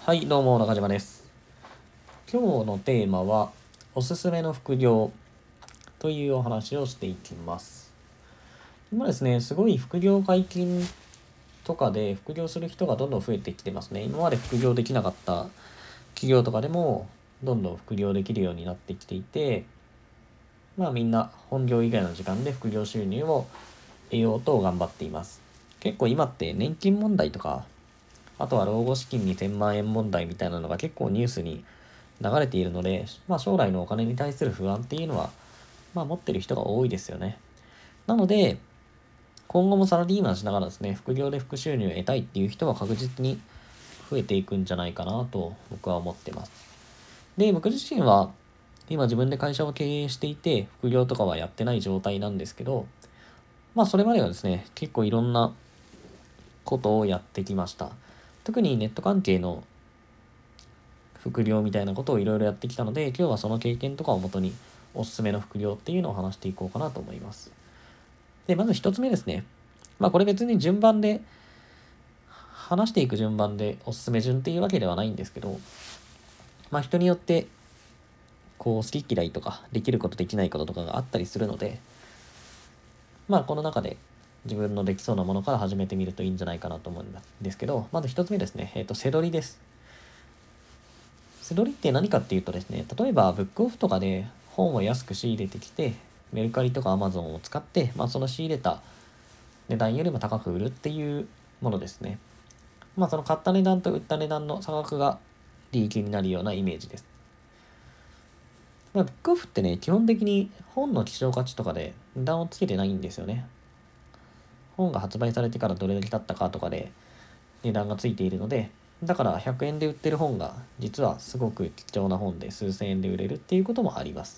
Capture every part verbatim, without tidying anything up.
はい、どうも中島です。今日のテーマはおすすめの副業というお話をしていきます。今ですね、すごい副業解禁とかで副業する人がどんどん増えてきてますね。今まで副業できなかった企業とかでもどんどん副業できるようになってきていて、まあみんな本業以外の時間で副業収入を得ようと頑張っています。結構今って年金問題とか、あとは老後資金にせんまん円問題みたいなのが結構ニュースに流れているので、まあ将来のお金に対する不安っていうのは、まあ持ってる人が多いですよね。なので、今後もサラリーマンしながらですね、副業で副収入を得たいっていう人は確実に増えていくんじゃないかなと僕は思ってます。で、僕自身は今自分で会社を経営していて、副業とかはやってない状態なんですけど、まあそれまではですね、結構いろんなことをやってきました。特にネット関係の副業みたいなことをいろいろやってきたので、今日はその経験とかをもとにおすすめの副業っていうのを話していこうかなと思います。で、まず一つ目ですね。まあこれ別に順番で、話していく順番でおすすめ順っていうわけではないんですけど、まあ人によってこう好き嫌いとかできることできないこととかがあったりするので、まあこの中で自分のできそうなものから始めてみるといいんじゃないかなと思うんですけど、まず一つ目ですね。えっと、背取りです。背取りって何かっていうとですね、例えばブックオフとかで本を安く仕入れてきて、メルカリとかアマゾンを使って、まあその仕入れた値段よりも高く売るっていうものですね。まあその買った値段と売った値段の差額が利益になるようなイメージです。まあ、ブックオフってね、基本的に本の希少価値とかで値段をつけてないんですよね。本が発売されてからどれだけ経ったかとかで値段がついているので、だからひゃくえんで売ってる本が実はすごく貴重な本で数千円で売れるっていうこともあります。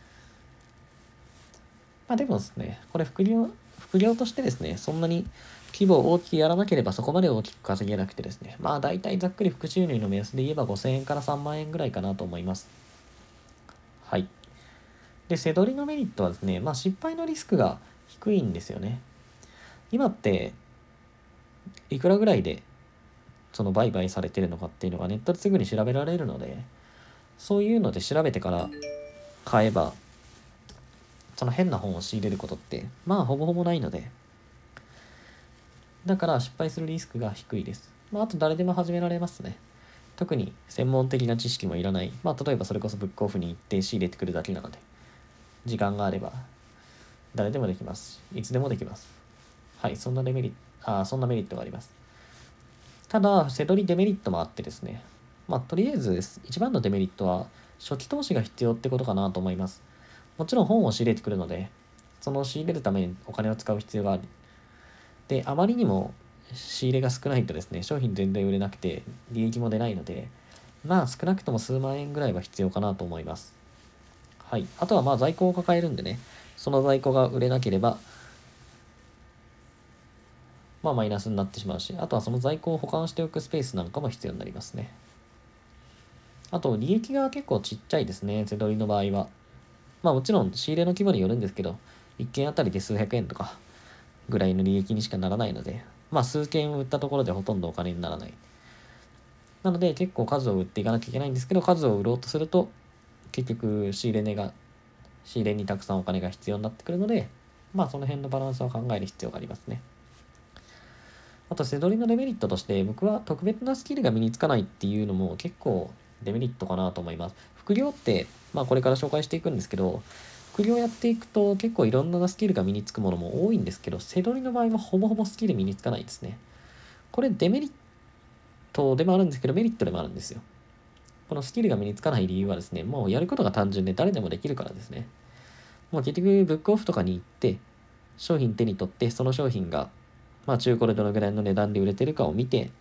まあでもですね、これ副業、副業としてですね、そんなに規模を大きくやらなければそこまで大きく稼げなくてですね、まあ大体ざっくり副収入の目安で言えばごせんえんからさんまん円ぐらいかなと思います。はい。で、背取りのメリットはですね、まあ失敗のリスクが低いんですよね。今っていくらぐらいでその売買されてるのかっていうのがネットですぐに調べられるので、そういうので調べてから買えば、その変な本を仕入れることって、まあほぼほぼないので、だから失敗するリスクが低いです。まああと誰でも始められますね。特に専門的な知識もいらない。まあ例えばそれこそブックオフに行って仕入れてくるだけなので、時間があれば誰でもできますし、いつでもできます。はい、そんなデメリット、あそんなメリットがあります。ただ、背取りデメリットもあってですね。まあ、とりあえずです。一番のデメリットは、初期投資が必要ってことかなと思います。もちろん本を仕入れてくるので、その仕入れるためにお金を使う必要がある。で、あまりにも仕入れが少ないとですね、商品全然売れなくて、利益も出ないので、まあ少なくとも数万円ぐらいは必要かなと思います。はい。あとはまあ在庫を抱えるんでね、その在庫が売れなければ、まあマイナスになってしまうし、あとはその在庫を保管しておくスペースなんかも必要になりますね。あと、利益が結構ちっちゃいですね、背取りの場合は。まあもちろん仕入れの規模によるんですけど、いっけんあたりで数百円とかぐらいの利益にしかならないので、まあ数件売ったところでほとんどお金にならない。なので結構数を売っていかなきゃいけないんですけど、数を売ろうとすると、結局仕入れ値が、仕入れにたくさんお金が必要になってくるので、まあその辺のバランスを考える必要がありますね。あと、背取りのデメリットとして、僕は特別なスキルが身につかないっていうのも結構デメリットかなと思います。副業って、まあこれから紹介していくんですけど、副業やっていくと結構いろんなスキルが身につくものも多いんですけど、背取りの場合はほぼほぼスキル身につかないですね。これデメリットでもあるんですけど、メリットでもあるんですよ。このスキルが身につかない理由はですね、もうやることが単純で誰でもできるからですね。もう結局ブックオフとかに行って、商品手に取って、その商品がまあ中古でどのぐらいの値段で売れてるかを見て、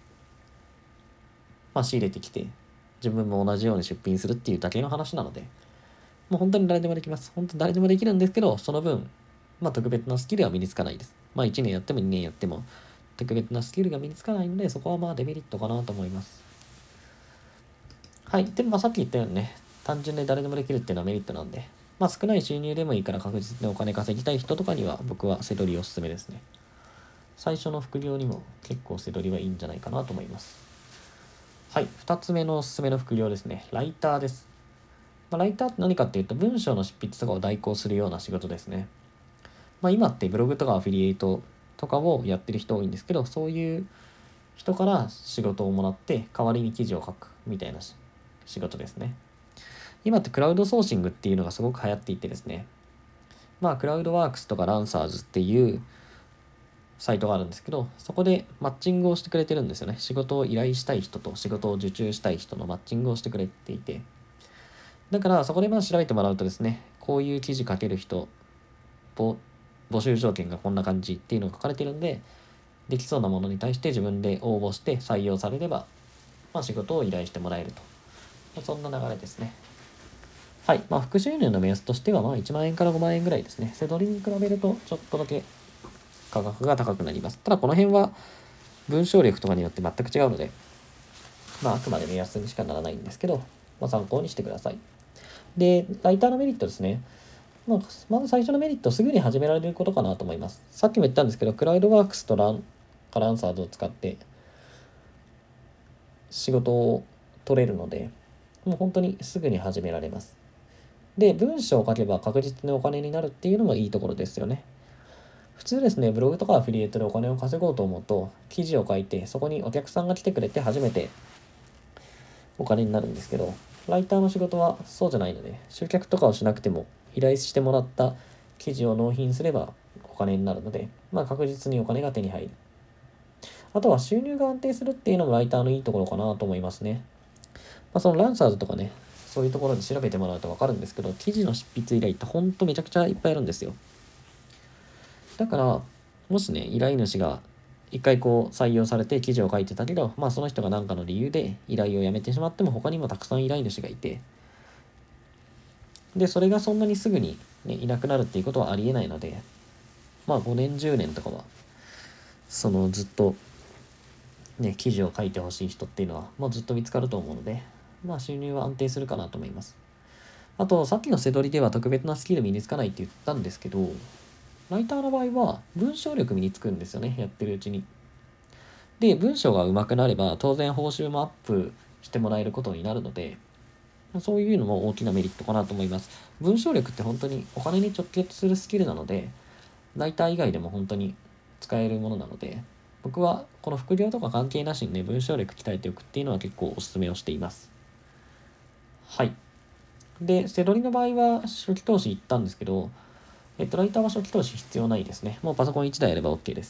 まあ仕入れてきて、自分も同じように出品するっていうだけの話なので、もう本当に誰でもできます。本当に誰でもできるんですけど、その分、まあ特別なスキルは身につかないです。まあいちねんやってもにねんやっても、特別なスキルが身につかないので、そこはまあデメリットかなと思います。はい。でもまあさっき言ったようにね、単純で誰でもできるっていうのはメリットなんで、まあ少ない収入でもいいから確実にお金稼ぎたい人とかには僕は背取りおすすめですね。最初の副業にも結構背取りはいいんじゃないかなと思います。 はい、ふたつめのおすすめの副業ですね。ライターです。まあ、ライターって何かっていうと、文章の執筆とかを代行するような仕事ですね。まあ、今ってブログとかアフィリエイトとかをやってる人多いんですけど、そういう人から仕事をもらって代わりに記事を書くみたいな仕事ですね。今ってクラウドソーシングっていうのがすごく流行っていてですね、まあクラウドワークスとかランサーズっていうサイトがあるんですけど、そこでマッチングをしてくれてるんですよね。仕事を依頼したい人と仕事を受注したい人のマッチングをしてくれていて、だからそこでまあ調べてもらうとですね、こういう記事書ける人、募集条件がこんな感じっていうのが書かれてるんで、できそうなものに対して自分で応募して採用されれば、まあ、仕事を依頼してもらえると。まあ、そんな流れですね。はい。まあ、副収入の目安としては、まあ、いちまん円からごまん円ぐらいですね。背取りに比べると、ちょっとだけ価格が高くなります。ただ、この辺は文章力とかによって全く違うので、まあ、あくまで目安にしかならないんですけど、まあ、参考にしてください。で、ライターのメリットですね。まあ、まず最初のメリット、すぐに始められることかなと思います。さっきも言ったんですけど、クラウドワークスとラン、カランサーズを使って仕事を取れるので、もう本当にすぐに始められます。で、文章を書けば確実にお金になるっていうのもいいところですよね。普通ですね、ブログとかアフィリエイトでお金を稼ごうと思うと、記事を書いて、そこにお客さんが来てくれて初めてお金になるんですけど、ライターの仕事はそうじゃないので、集客とかをしなくても、依頼してもらった記事を納品すればお金になるので、まあ確実にお金が手に入る。あとは収入が安定するっていうのもライターのいいところかなと思いますね。まあ、そのランサーズとかね、そういうところで調べてもらうと分かるんですけど、記事の執筆依頼ってほんとめちゃくちゃいっぱいあるんですよ。だから、もしね、依頼主が一回こう採用されて記事を書いてたけど、まあその人が何かの理由で依頼をやめてしまっても他にもたくさん依頼主がいて、で、それがそんなにすぐに、ね、いなくなるっていうことはありえないので、まあごねんじゅうねんとかは、そのずっとね、記事を書いてほしい人っていうのは、まあずっと見つかると思うので、まあ収入は安定するかなと思います。あと、さっきの背取りでは特別なスキル身につかないって言ったんですけど、ライターの場合は文章力身につくんですよね、やってるうちに。で、文章が上手くなれば当然報酬もアップしてもらえることになるので、そういうのも大きなメリットかなと思います。文章力って本当にお金に直結するスキルなので、ライター以外でも本当に使えるものなので、僕はこの副業とか関係なしにね、文章力鍛えておくっていうのは結構お勧めをしています。はい。で、セドリの場合は初期投資行ったんですけど、えっと、ライターは初期投資必要ないですね。もうパソコンいちだいあれば OK です。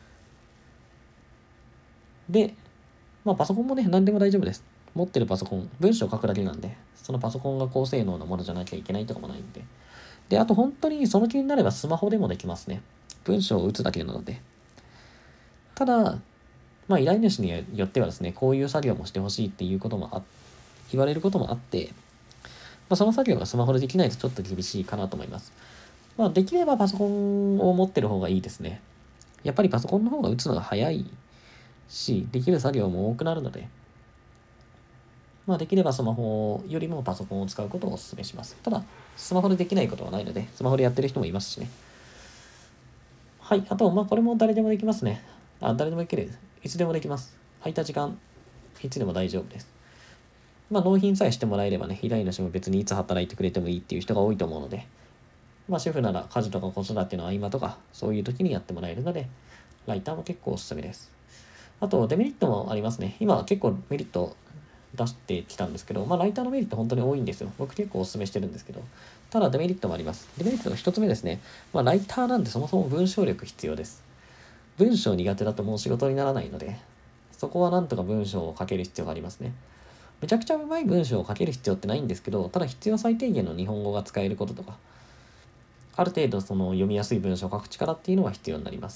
で、まあパソコンもね、何でも大丈夫です。持ってるパソコン、文章を書くだけなんで、そのパソコンが高性能なものじゃなきゃいけないとかもないんで。で、あと本当にその気になればスマホでもできますね。文章を打つだけなので。ただ、まあ依頼主によってはですね、こういう作業もしてほしいっていうこともあ、言われることもあって、まあ、その作業がスマホでできないとちょっと厳しいかなと思います。まあできればパソコンを持ってる方がいいですね。やっぱりパソコンの方が打つのが早いし、できる作業も多くなるので、まあできればスマホよりもパソコンを使うことをお勧めします。ただ、スマホでできないことはないので、スマホでやってる人もいますしね。はい。あと、まあこれも誰でもできますね。あ、誰でもできる。いつでもできます。空いた時間、いつでも大丈夫です。まあ納品さえしてもらえればね、依頼主も別にいつ働いてくれてもいいっていう人が多いと思うので、まあ主婦なら家事とか子育ての合間とか、そういう時にやってもらえるので、ライターも結構おすすめです。あと、デメリットもありますね。今結構メリット出してきたんですけど、まあライターのメリット本当に多いんですよ。僕結構おすすめしてるんですけど、ただデメリットもあります。デメリットの一つ目ですね。まあライターなんてそもそも文章力必要です。文章苦手だともう仕事にならないので、そこはなんとか文章を書ける必要がありますね。めちゃくちゃうまい文章を書ける必要ってないんですけど、ただ必要最低限の日本語が使えることとか、ある程度その読みやすい文章を書く力っていうのは必要になります。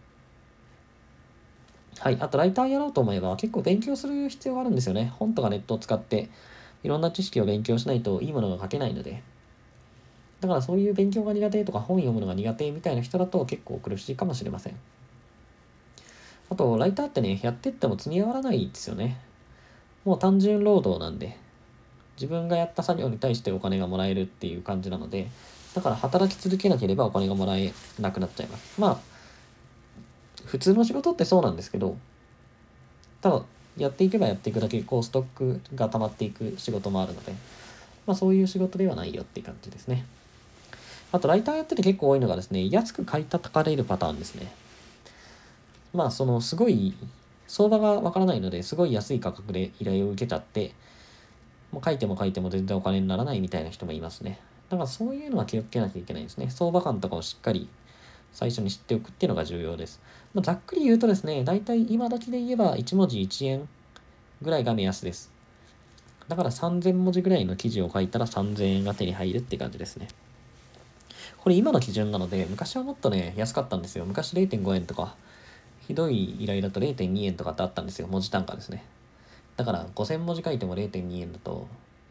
はい。あと、ライターやろうと思えば結構勉強する必要があるんですよね。本とかネットを使っていろんな知識を勉強しないといいものが書けないので。だからそういう勉強が苦手とか本読むのが苦手みたいな人だと結構苦しいかもしれません。あと、ライターってね、やってっても積み上がらないですよね。もう単純労働なんで、自分がやった作業に対してお金がもらえるっていう感じなので、だから働き続けなければお金がもらえなくなっちゃいます。まあ、普通の仕事ってそうなんですけど、ただ、 やっていけばやっていくだけ、こう、ストックが溜まっていく仕事もあるので、まあ、そういう仕事ではないよっていう感じですね。あと、ライターやってて結構多いのがですね、安く買い叩かれるパターンですね。まあ、その、すごい、相場がわからないので、すごい安い価格で依頼を受けちゃって、もう書いても書いても全然お金にならないみたいな人もいますね。だからそういうのは気をつけなきゃいけないですね。相場感とかをしっかり最初に知っておくっていうのが重要です。まあ、ざっくり言うとですね、だいたい今時で言えばいち文字いちえんぐらいが目安です。だからさんぜん文字ぐらいの記事を書いたらさんぜんえんが手に入るって感じですね。これ今の基準なので、昔はもっとね、安かったんですよ。昔 れいてんごえんとか、ひどい依頼だと れいてんにえんとかってあったんですよ。文字単価ですね。だからごせん文字書いても れいてんにえんだと、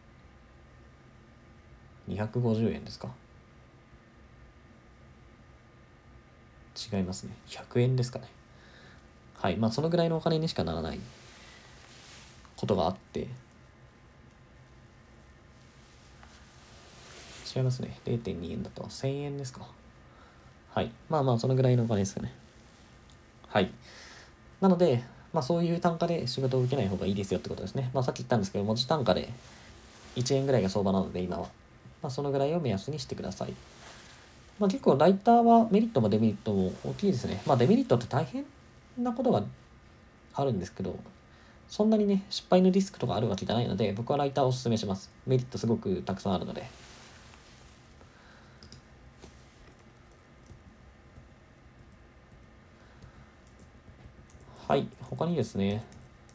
にひゃくごじゅうえんですか？違いますね。ひゃくえんですかね。はい。まあ、そのぐらいのお金にしかならないことがあって、違いますね。れいてんにえんだとせんえんですか。はい。まあまあ、そのぐらいのお金ですかね。はい。なので、まあそういう単価で仕事を受けない方がいいですよってことですね。まあさっき言ったんですけど、文字単価でいちえんぐらいが相場なので今は。まあそのぐらいを目安にしてください。まあ結構ライターはメリットもデメリットも大きいですね。まあデメリットって大変なことがあるんですけど、そんなにね、失敗のリスクとかあるわけじゃないので、僕はライターをおすすめします。メリットすごくたくさんあるので。はい。他にですね、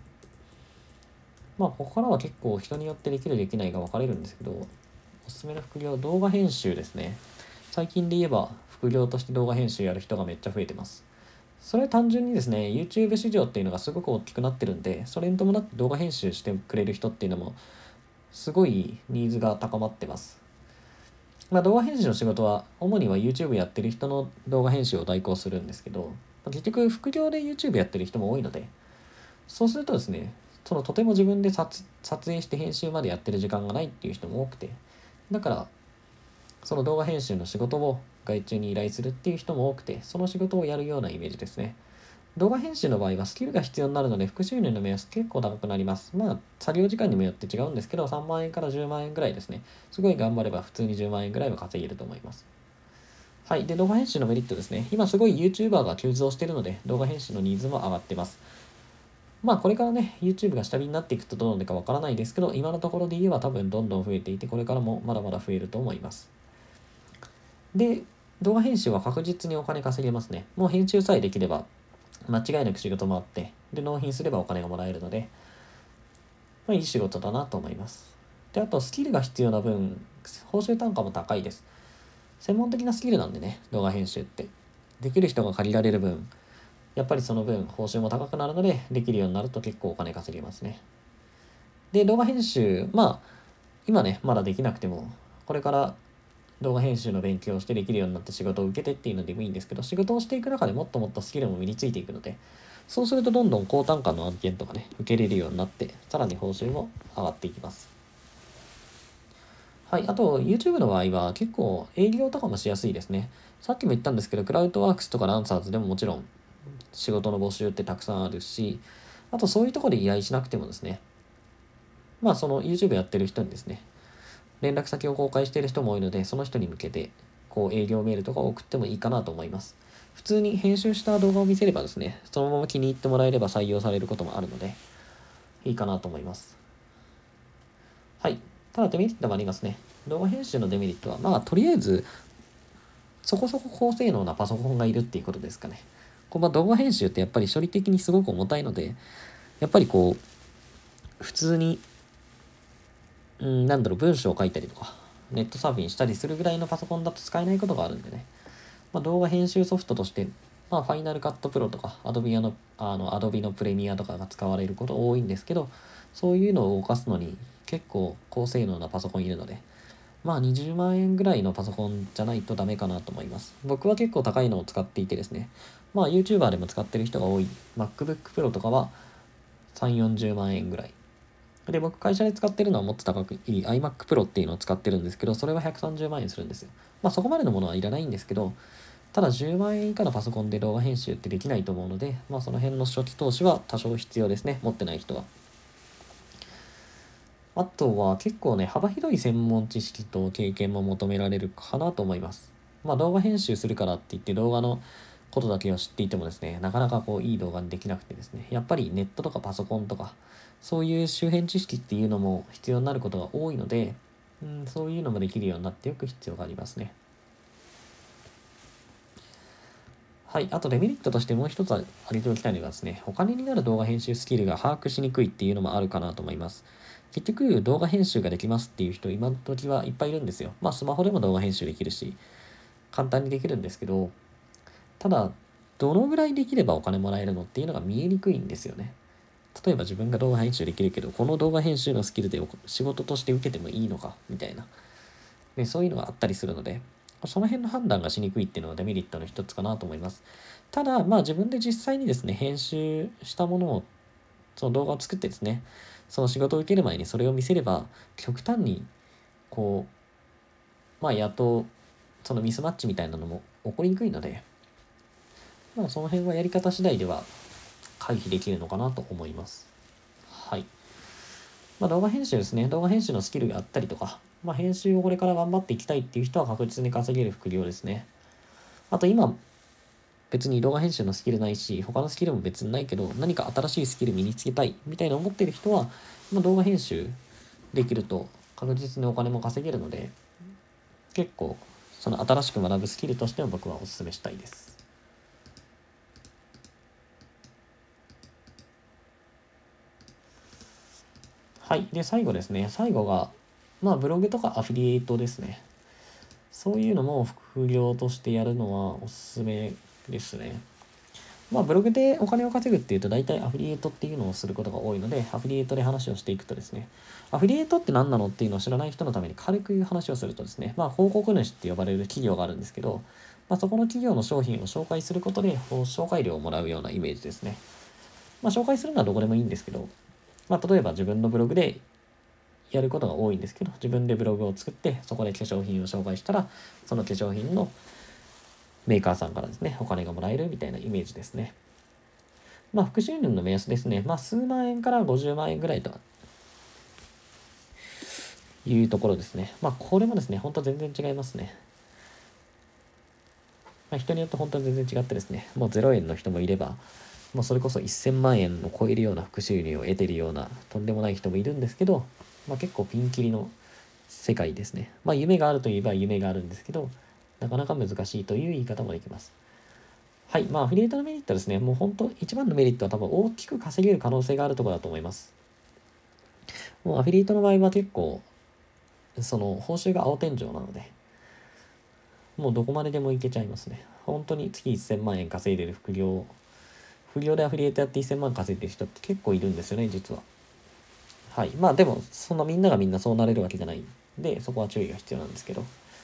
まあ、ここからは結構人によってできるできないが分かれるんですけど、おすすめの副業、動画編集ですね。最近で言えば、副業として動画編集やる人がめっちゃ増えてます。それは単純にですね、YouTube 市場っていうのがすごく大きくなってるんで、それに伴って動画編集してくれる人っていうのも、すごいニーズが高まってます。まあ、動画編集の仕事は、主には YouTube やってる人の動画編集を代行するんですけど、結局副業で YouTube やってる人も多いので、そうするとですね、そのとても自分で撮影して編集までやってる時間がないっていう人も多くて、だからその動画編集の仕事を外注に依頼するっていう人も多くて、その仕事をやるようなイメージですね。動画編集の場合はスキルが必要になるので、副収入の目安結構高くなります。まあ、作業時間にもよって違うんですけど、さんまん円からじゅうまん円ぐらいですね。すごい頑張れば普通にじゅうまん円ぐらいは稼げると思います。はい。で、動画編集のメリットですね。今すごい YouTuber が急増しているので、動画編集のニーズも上がってます。まあこれからね、YouTube が下火になっていくとどうなるかわからないですけど、今のところで言えば多分どんどん増えていて、これからもまだまだ増えると思います。で、動画編集は確実にお金稼げますね。もう編集さえできれば、間違いなく仕事もあって、で、納品すればお金がもらえるので、まあいい仕事だなと思います。で、あとスキルが必要な分、報酬単価も高いです。専門的なスキルなんでね、動画編集って。できる人が借りられる分、やっぱりその分報酬も高くなるので、できるようになると結構お金稼げますね。で、動画編集、まあ、今ね、まだできなくても、これから動画編集の勉強をしてできるようになって仕事を受けてっていうのでもいいんですけど、仕事をしていく中でもっともっとスキルも身についていくので、そうするとどんどん高単価の案件とかね、受けれるようになって、さらに報酬も上がっていきます。はい。あと、YouTube の場合は結構営業とかもしやすいですね。さっきも言ったんですけど、クラウドワークスとかランサーズでももちろん仕事の募集ってたくさんあるし、あとそういうところで依頼しなくてもですね、まあその YouTube やってる人にですね、連絡先を公開している人も多いので、その人に向けて、こう営業メールとかを送ってもいいかなと思います。普通に編集した動画を見せればですね、そのまま気に入ってもらえれば採用されることもあるので、いいかなと思います。はい。ただデメリットもありますね。動画編集のデメリットは、まあとりあえず、そこそこ高性能なパソコンがいるっていうことですかね。こうまあ動画編集ってやっぱり処理的にすごく重たいので、やっぱりこう、普通に、うん、なんだろう、文章を書いたりとか、ネットサーフィンしたりするぐらいのパソコンだと使えないことがあるんでね。まあ、動画編集ソフトとして、まあ、ファイナルカットプロとか、アドビの、あの、アドビのプレミアとかが使われること多いんですけど、そういうのを動かすのに結構高性能なパソコンいるので、まあにじゅうまん円ぐらいのパソコンじゃないとダメかなと思います。僕は結構高いのを使っていてですね、まあ YouTuber でも使ってる人が多い MacBook Pro とかはさん、よんじゅうまん円ぐらい。で、僕会社で使ってるのはもっと高くいい iMac Pro っていうのを使ってるんですけど、それはひゃくさんじゅうまん円するんですよ。まあそこまでのものはいらないんですけど、 ただじゅうまんえん以下のパソコンで動画編集ってできないと思うので、まあその辺の初期投資は多少必要ですね。持ってない人は。あとは結構ね、幅広い専門知識と経験も求められるかなと思います。まあ動画編集するからって言って動画のことだけを知っていてもですね、なかなかこういい動画にできなくてですね、やっぱりネットとかパソコンとか、そういう周辺知識っていうのも必要になることが多いので、うん、そういうのもできるようになっておく必要がありますね。はい。あとデメリットとしてもう一つ挙げておきたいのがですね、お金になる動画編集スキルが把握しにくいっていうのもあるかなと思います。結局動画編集ができますっていう人今の時はいっぱいいるんですよ。まあスマホでも動画編集できるし、簡単にできるんですけど、ただ、どのぐらいできればお金もらえるのっていうのが見えにくいんですよね。例えば自分が動画編集できるけど、この動画編集のスキルで仕事として受けてもいいのかみたいな。ね、そういうのがあったりするので、その辺の判断がしにくいっていうのはデメリットの一つかなと思います。ただ、まあ自分で実際にですね、編集したものを、その動画を作ってですね、その仕事を受ける前にそれを見せれば、極端に、こう、まあやっと、そのミスマッチみたいなのも起こりにくいので、まあその辺はやり方次第では回避できるのかなと思います。はい。まあ動画編集ですね。動画編集のスキルがあったりとか、まあ編集をこれから頑張っていきたいっていう人は確実に稼げる副業ですね。あと今、別に動画編集のスキルないし、他のスキルも別にないけど、何か新しいスキル身につけたいみたいな思っている人は、まあ、動画編集できると確実にお金も稼げるので、結構、その新しく学ぶスキルとしても僕はお勧めしたいです。はい。で、最後ですね。最後が、まあ、ブログとかアフィリエイトですね。そういうのも副業としてやるのはおすすめですね。まあ、ブログでお金を稼ぐっていうと、大体アフィリエイトっていうのをすることが多いので、アフィリエイトで話をしていくとですね、アフィリエイトって何なのっていうのを知らない人のために軽く話をするとですね、まあ、広告主って呼ばれる企業があるんですけど、まあ、そこの企業の商品を紹介することで、紹介料をもらうようなイメージですね。まあ、紹介するのはどこでもいいんですけど、まあ、例えば自分のブログでやることが多いんですけど、自分でブログを作って、そこで化粧品を紹介したら、その化粧品のメーカーさんからですね、お金がもらえるみたいなイメージですね。まあ、副収入の目安ですね。まあ、数万円からごじゅうまん円ぐらいというところですね。まあ、これもですね、本当全然違いますね。まあ、人によって本当に全然違ってですね、もうゼロえんの人もいれば、もうそれこそせんまん円を超えるような副収入を得ているような、とんでもない人もいるんですけど、まあ、結構ピンキリの世界ですね。まあ、夢があるといえば夢があるんですけど、なかなか難しいという言い方もできます。はい。まあ、アフィリエイトのメリットですね。もう本当、一番のメリットは多分大きく稼げる可能性があるところだと思います。もうアフィリエイトの場合は結構、その報酬が青天井なので、もうどこまででもいけちゃいますね。本当に月せんまん円稼いでる副業、副業でアフィリエイトやってせんまん稼いでる人って結構いるんですよね、実は。はい。まあでも、そんなみんながみんなそうなれるわけじゃないんで、そこは注意が必要なんですけど。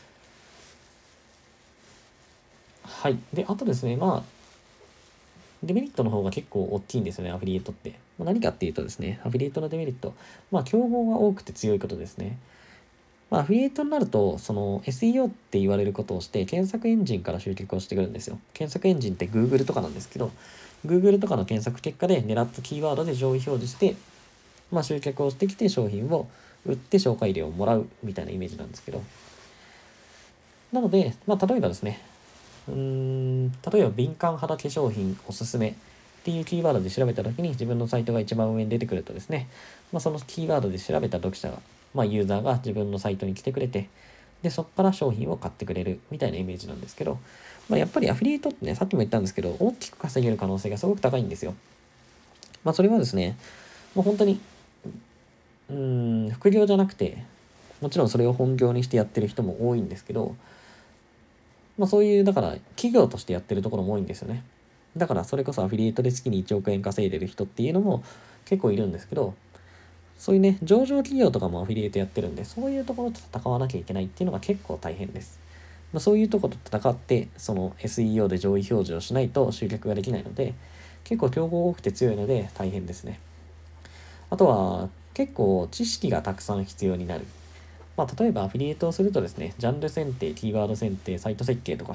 はい。で、あとですね、まあ、デメリットの方が結構大きいんですよね、アフィリエイトって。まあ、何かっていうとですね、アフィリエイトのデメリット。まあ、競合が多くて強いことですね。まあ、アフィリエイトになると、その エスイーオー って言われることをして、検索エンジンから集客をしてくるんですよ。検索エンジンって Google とかなんですけど、Google とかの検索結果で狙ったキーワードで上位表示して、まあ、集客をしてきて商品を売って紹介料をもらうみたいなイメージなんですけど。なので、まあ、例えばですね、うーん、例えば敏感肌化粧品おすすめっていうキーワードで調べたときに自分のサイトが一番上に出てくるとですね、まあ、そのキーワードで調べた読者が、まあ、ユーザーが自分のサイトに来てくれて、で、そこから商品を買ってくれるみたいなイメージなんですけど、まあ、やっぱりアフィリエイトってね、さっきも言ったんですけど、大きく稼げる可能性がすごく高いんですよ。まあ、それはですね、もう本当に、うーん、副業じゃなくて、もちろんそれを本業にしてやってる人も多いんですけど、まあそういう、だから企業としてやってるところも多いんですよね。だからそれこそアフィリエイトで月にいちおく円稼いでる人っていうのも結構いるんですけど、そういうね、上場企業とかもアフィリエイトやってるんで、そういうところと戦わなきゃいけないっていうのが結構大変です。まあ、そういうところと戦って、その エスイーオー で上位表示をしないと集客ができないので、結構競合多くて強いので大変ですね。あとは、結構知識がたくさん必要になる。まあ、例えばアフィリエイトをするとですね、ジャンル選定、キーワード選定、サイト設計とか、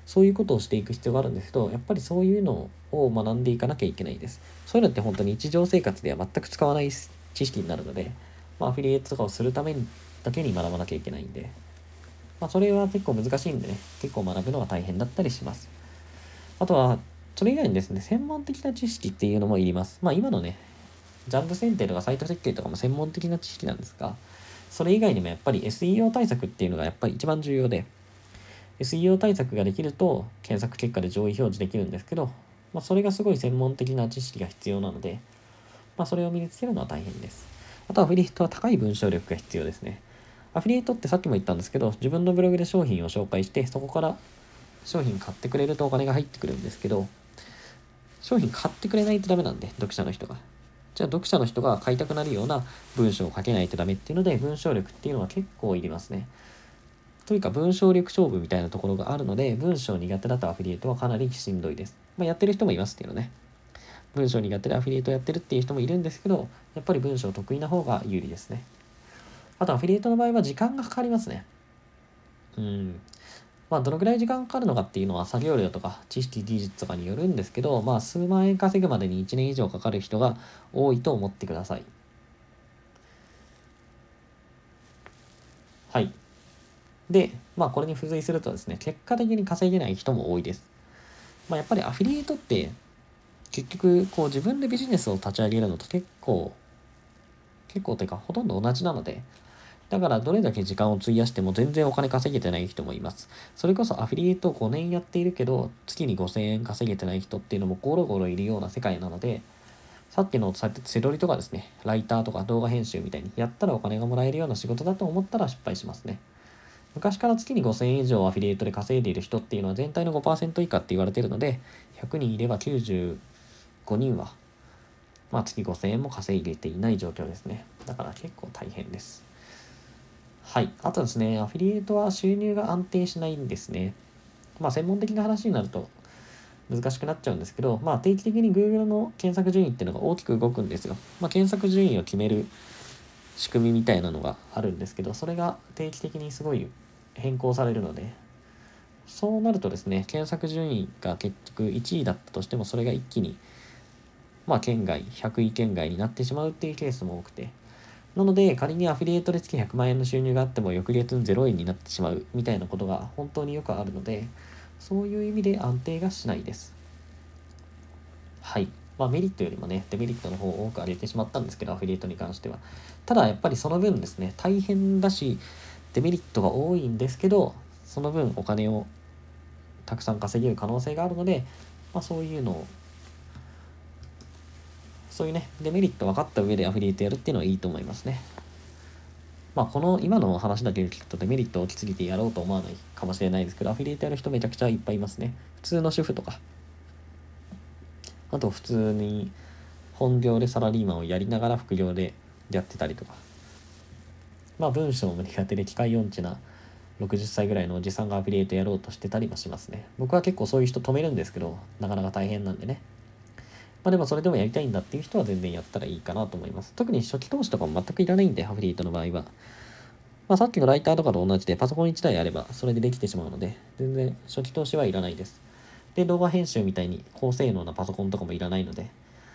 そういうことをしていく必要があるんですけど、やっぱりそういうのを学んでいかなきゃいけないです。そういうのって本当に日常生活では全く使わない知識になるので、まあ、アフィリエイトとかをするためにだけに学ばなきゃいけないんで、まあ、それは結構難しいんでね、結構学ぶのが大変だったりします。あとは、それ以外にですね、専門的な知識っていうのもいります。まあ今のね、ジャンル選定とかサイト設計とかも専門的な知識なんですが、それ以外にもやっぱり エスイーオー 対策っていうのがやっぱり一番重要で、エスイーオー 対策ができると検索結果で上位表示できるんですけど、まあ、それがすごい専門的な知識が必要なので、まあ、それを身につけるのは大変です。あとアフィリエイトは高い文章力が必要ですね。アフィリエイトってさっきも言ったんですけど、自分のブログで商品を紹介して、そこから商品買ってくれるとお金が入ってくるんですけど、商品買ってくれないとダメなんで、読者の人が。じゃあ読者の人が買いたくなるような文章を書けないとダメっていうので、文章力っていうのは結構いりますね。というか文章力勝負みたいなところがあるので、文章苦手だとアフィリエイトはかなりしんどいです。まあ、やってる人もいますけどね。文章苦手でアフィリエイトやってるっていう人もいるんですけど、やっぱり文章得意な方が有利ですね。あとアフィリエイトの場合は時間がかかりますね。うん。まあ、どのぐらい時間かかるのかっていうのは作業量とか知識技術とかによるんですけど、まあ、数万円稼ぐまでにいちねん以上かかる人が多いと思ってください。はい。で、まあ、これに付随するとですね、結果的に稼げない人も多いです。まあ、やっぱりアフィリエイトって、結局、こう自分でビジネスを立ち上げるのと結構、結構というか、ほとんど同じなので、だからどれだけ時間を費やしても全然お金稼げてない人もいます。それこそアフィリエイトごねんやっているけど、月にごせんえん稼げてない人っていうのもゴロゴロいるような世界なので、さっきのセドリとかですね、ライターとか動画編集みたいにやったらお金がもらえるような仕事だと思ったら失敗しますね。昔から月にごせんえん以上アフィリエイトで稼いでいる人っていうのは全体のごパーセント以下って言われているので、ひゃくにんいればきゅうじゅうごにんは、まあ、月ごせんえんも稼いでいない状況ですね。だから結構大変です。はい。あとですね、アフィリエイトは収入が安定しないんですね。まあ、専門的な話になると難しくなっちゃうんですけど、まあ、定期的に Google の検索順位っていうのが大きく動くんですよ。まあ、検索順位を決める仕組みみたいなのがあるんですけど、それが定期的にすごい変更されるので、そうなるとですね、検索順位が結局いちいだったとしても、それが一気に、まあ、県外、ひゃくい圏外になってしまうっていうケースも多くて、なので、仮にアフィリエイトで月ひゃくまん円の収入があっても、翌月ゼロえんになってしまうみたいなことが本当によくあるので、そういう意味で安定がしないです。はい。まあ、メリットよりもね、デメリットの方を多く挙げてしまったんですけど、アフィリエイトに関しては。ただ、やっぱりその分ですね、大変だし、デメリットが多いんですけど、その分お金をたくさん稼げる可能性があるので、まあ、そういうのを、そういうね、デメリット分かった上でアフィリエイトやるっていうのはいいと思いますね。まあ、この今の話だけ聞くとデメリット大きすぎてやろうと思わないかもしれないですけど、アフィリエイトやる人めちゃくちゃいっぱいいますね。普通の主婦とか、あと普通に本業でサラリーマンをやりながら副業でやってたりとか、まあ文章も苦手で機械音痴なろくじゅっさいぐらいのおじさんがアフィリエイトやろうとしてたりもしますね。僕は結構そういう人止めるんですけど、なかなか大変なんでね。まあでもそれでもやりたいんだっていう人は全然やったらいいかなと思います。特に初期投資とかも全くいらないんで、アフィリエイトの場合は。まあさっきのライターとかと同じでパソコンいちだいあればそれでできてしまうので、全然初期投資はいらないです。で、動画編集みたいに高性能なパソコンとかもいらないので、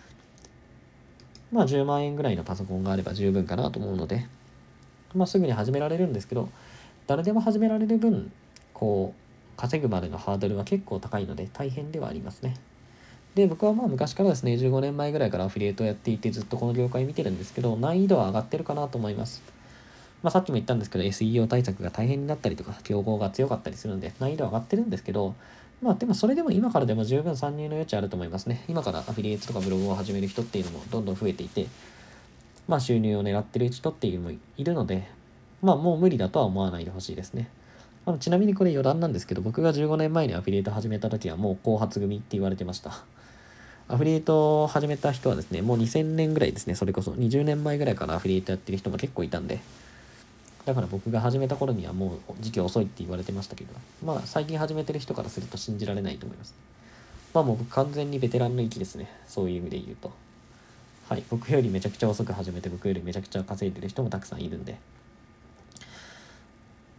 まあじゅうまん円ぐらいのパソコンがあれば十分かなと思うので、まあすぐに始められるんですけど、誰でも始められる分、こう、稼ぐまでのハードルは結構高いので大変ではありますね。で、僕はまあ昔からですね、じゅうごねんまえぐらいからアフィリエイトをやっていてずっとこの業界見てるんですけど、難易度は上がってるかなと思います。まあさっきも言ったんですけど、エスイーオー 対策が大変になったりとか、競合が強かったりするので難易度は上がってるんですけど、まあでもそれでも今からでも十分参入の余地あると思いますね。今からアフィリエイトとかブログを始める人っていうのもどんどん増えていて、まあ収入を狙ってる人っていうのもいるので、まあもう無理だとは思わないでほしいですね。あのちなみにこれ余談なんですけど、僕がじゅうごねんまえにアフィリエイト始めた時はもう後発組って言われてました。アフィリエイトを始めた人はですね、もうにせんねんぐらいですね、それこそにじゅうねんまえぐらいからアフィリエイトやってる人も結構いたんで、だから僕が始めた頃にはもう時期遅いって言われてましたけど、まあ最近始めてる人からすると信じられないと思います。まあもう僕完全にベテランの域ですね、そういう意味で言うと。はい、僕よりめちゃくちゃ遅く始めて僕よりめちゃくちゃ稼いでる人もたくさんいるんで、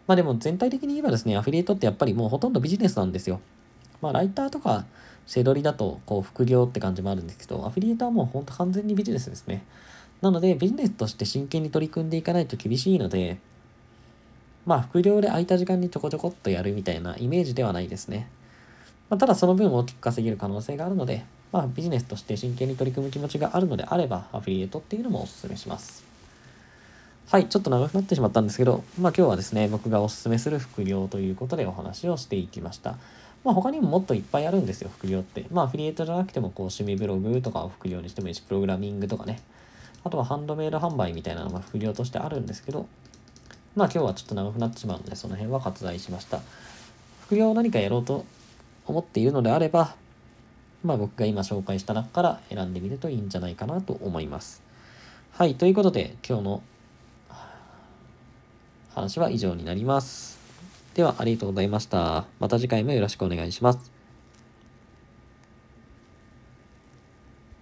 まあでも全体的に言えばですね、アフィリエイトってやっぱりもうほとんどビジネスなんですよ。まあライターとかセドリだとこう副業って感じもあるんですけど、アフィリエイトはもうほんと完全にビジネスですね。なのでビジネスとして真剣に取り組んでいかないと厳しいので、まあ副業で空いた時間にちょこちょこっとやるみたいなイメージではないですね。まあ、ただその分大きく稼げる可能性があるので、まあビジネスとして真剣に取り組む気持ちがあるのであれば、アフィリエイトっていうのもお勧めします。はい、ちょっと長くなってしまったんですけど、まあ今日はですね、僕がお勧めする副業ということでお話をしていきました。まあ他にももっといっぱいあるんですよ、副業って。まあアフィリエイトじゃなくても、こう趣味ブログとかを副業にしてもいいし、プログラミングとかね。あとはハンドメイド販売みたいなのが副業としてあるんですけど、まあ今日はちょっと長くなってしまうので、その辺は割愛しました。副業を何かやろうと思っているのであれば、まあ僕が今紹介した中から選んでみるといいんじゃないかなと思います。はい、ということで今日の話は以上になります。ではありがとうございました。また次回もよろしくお願いします。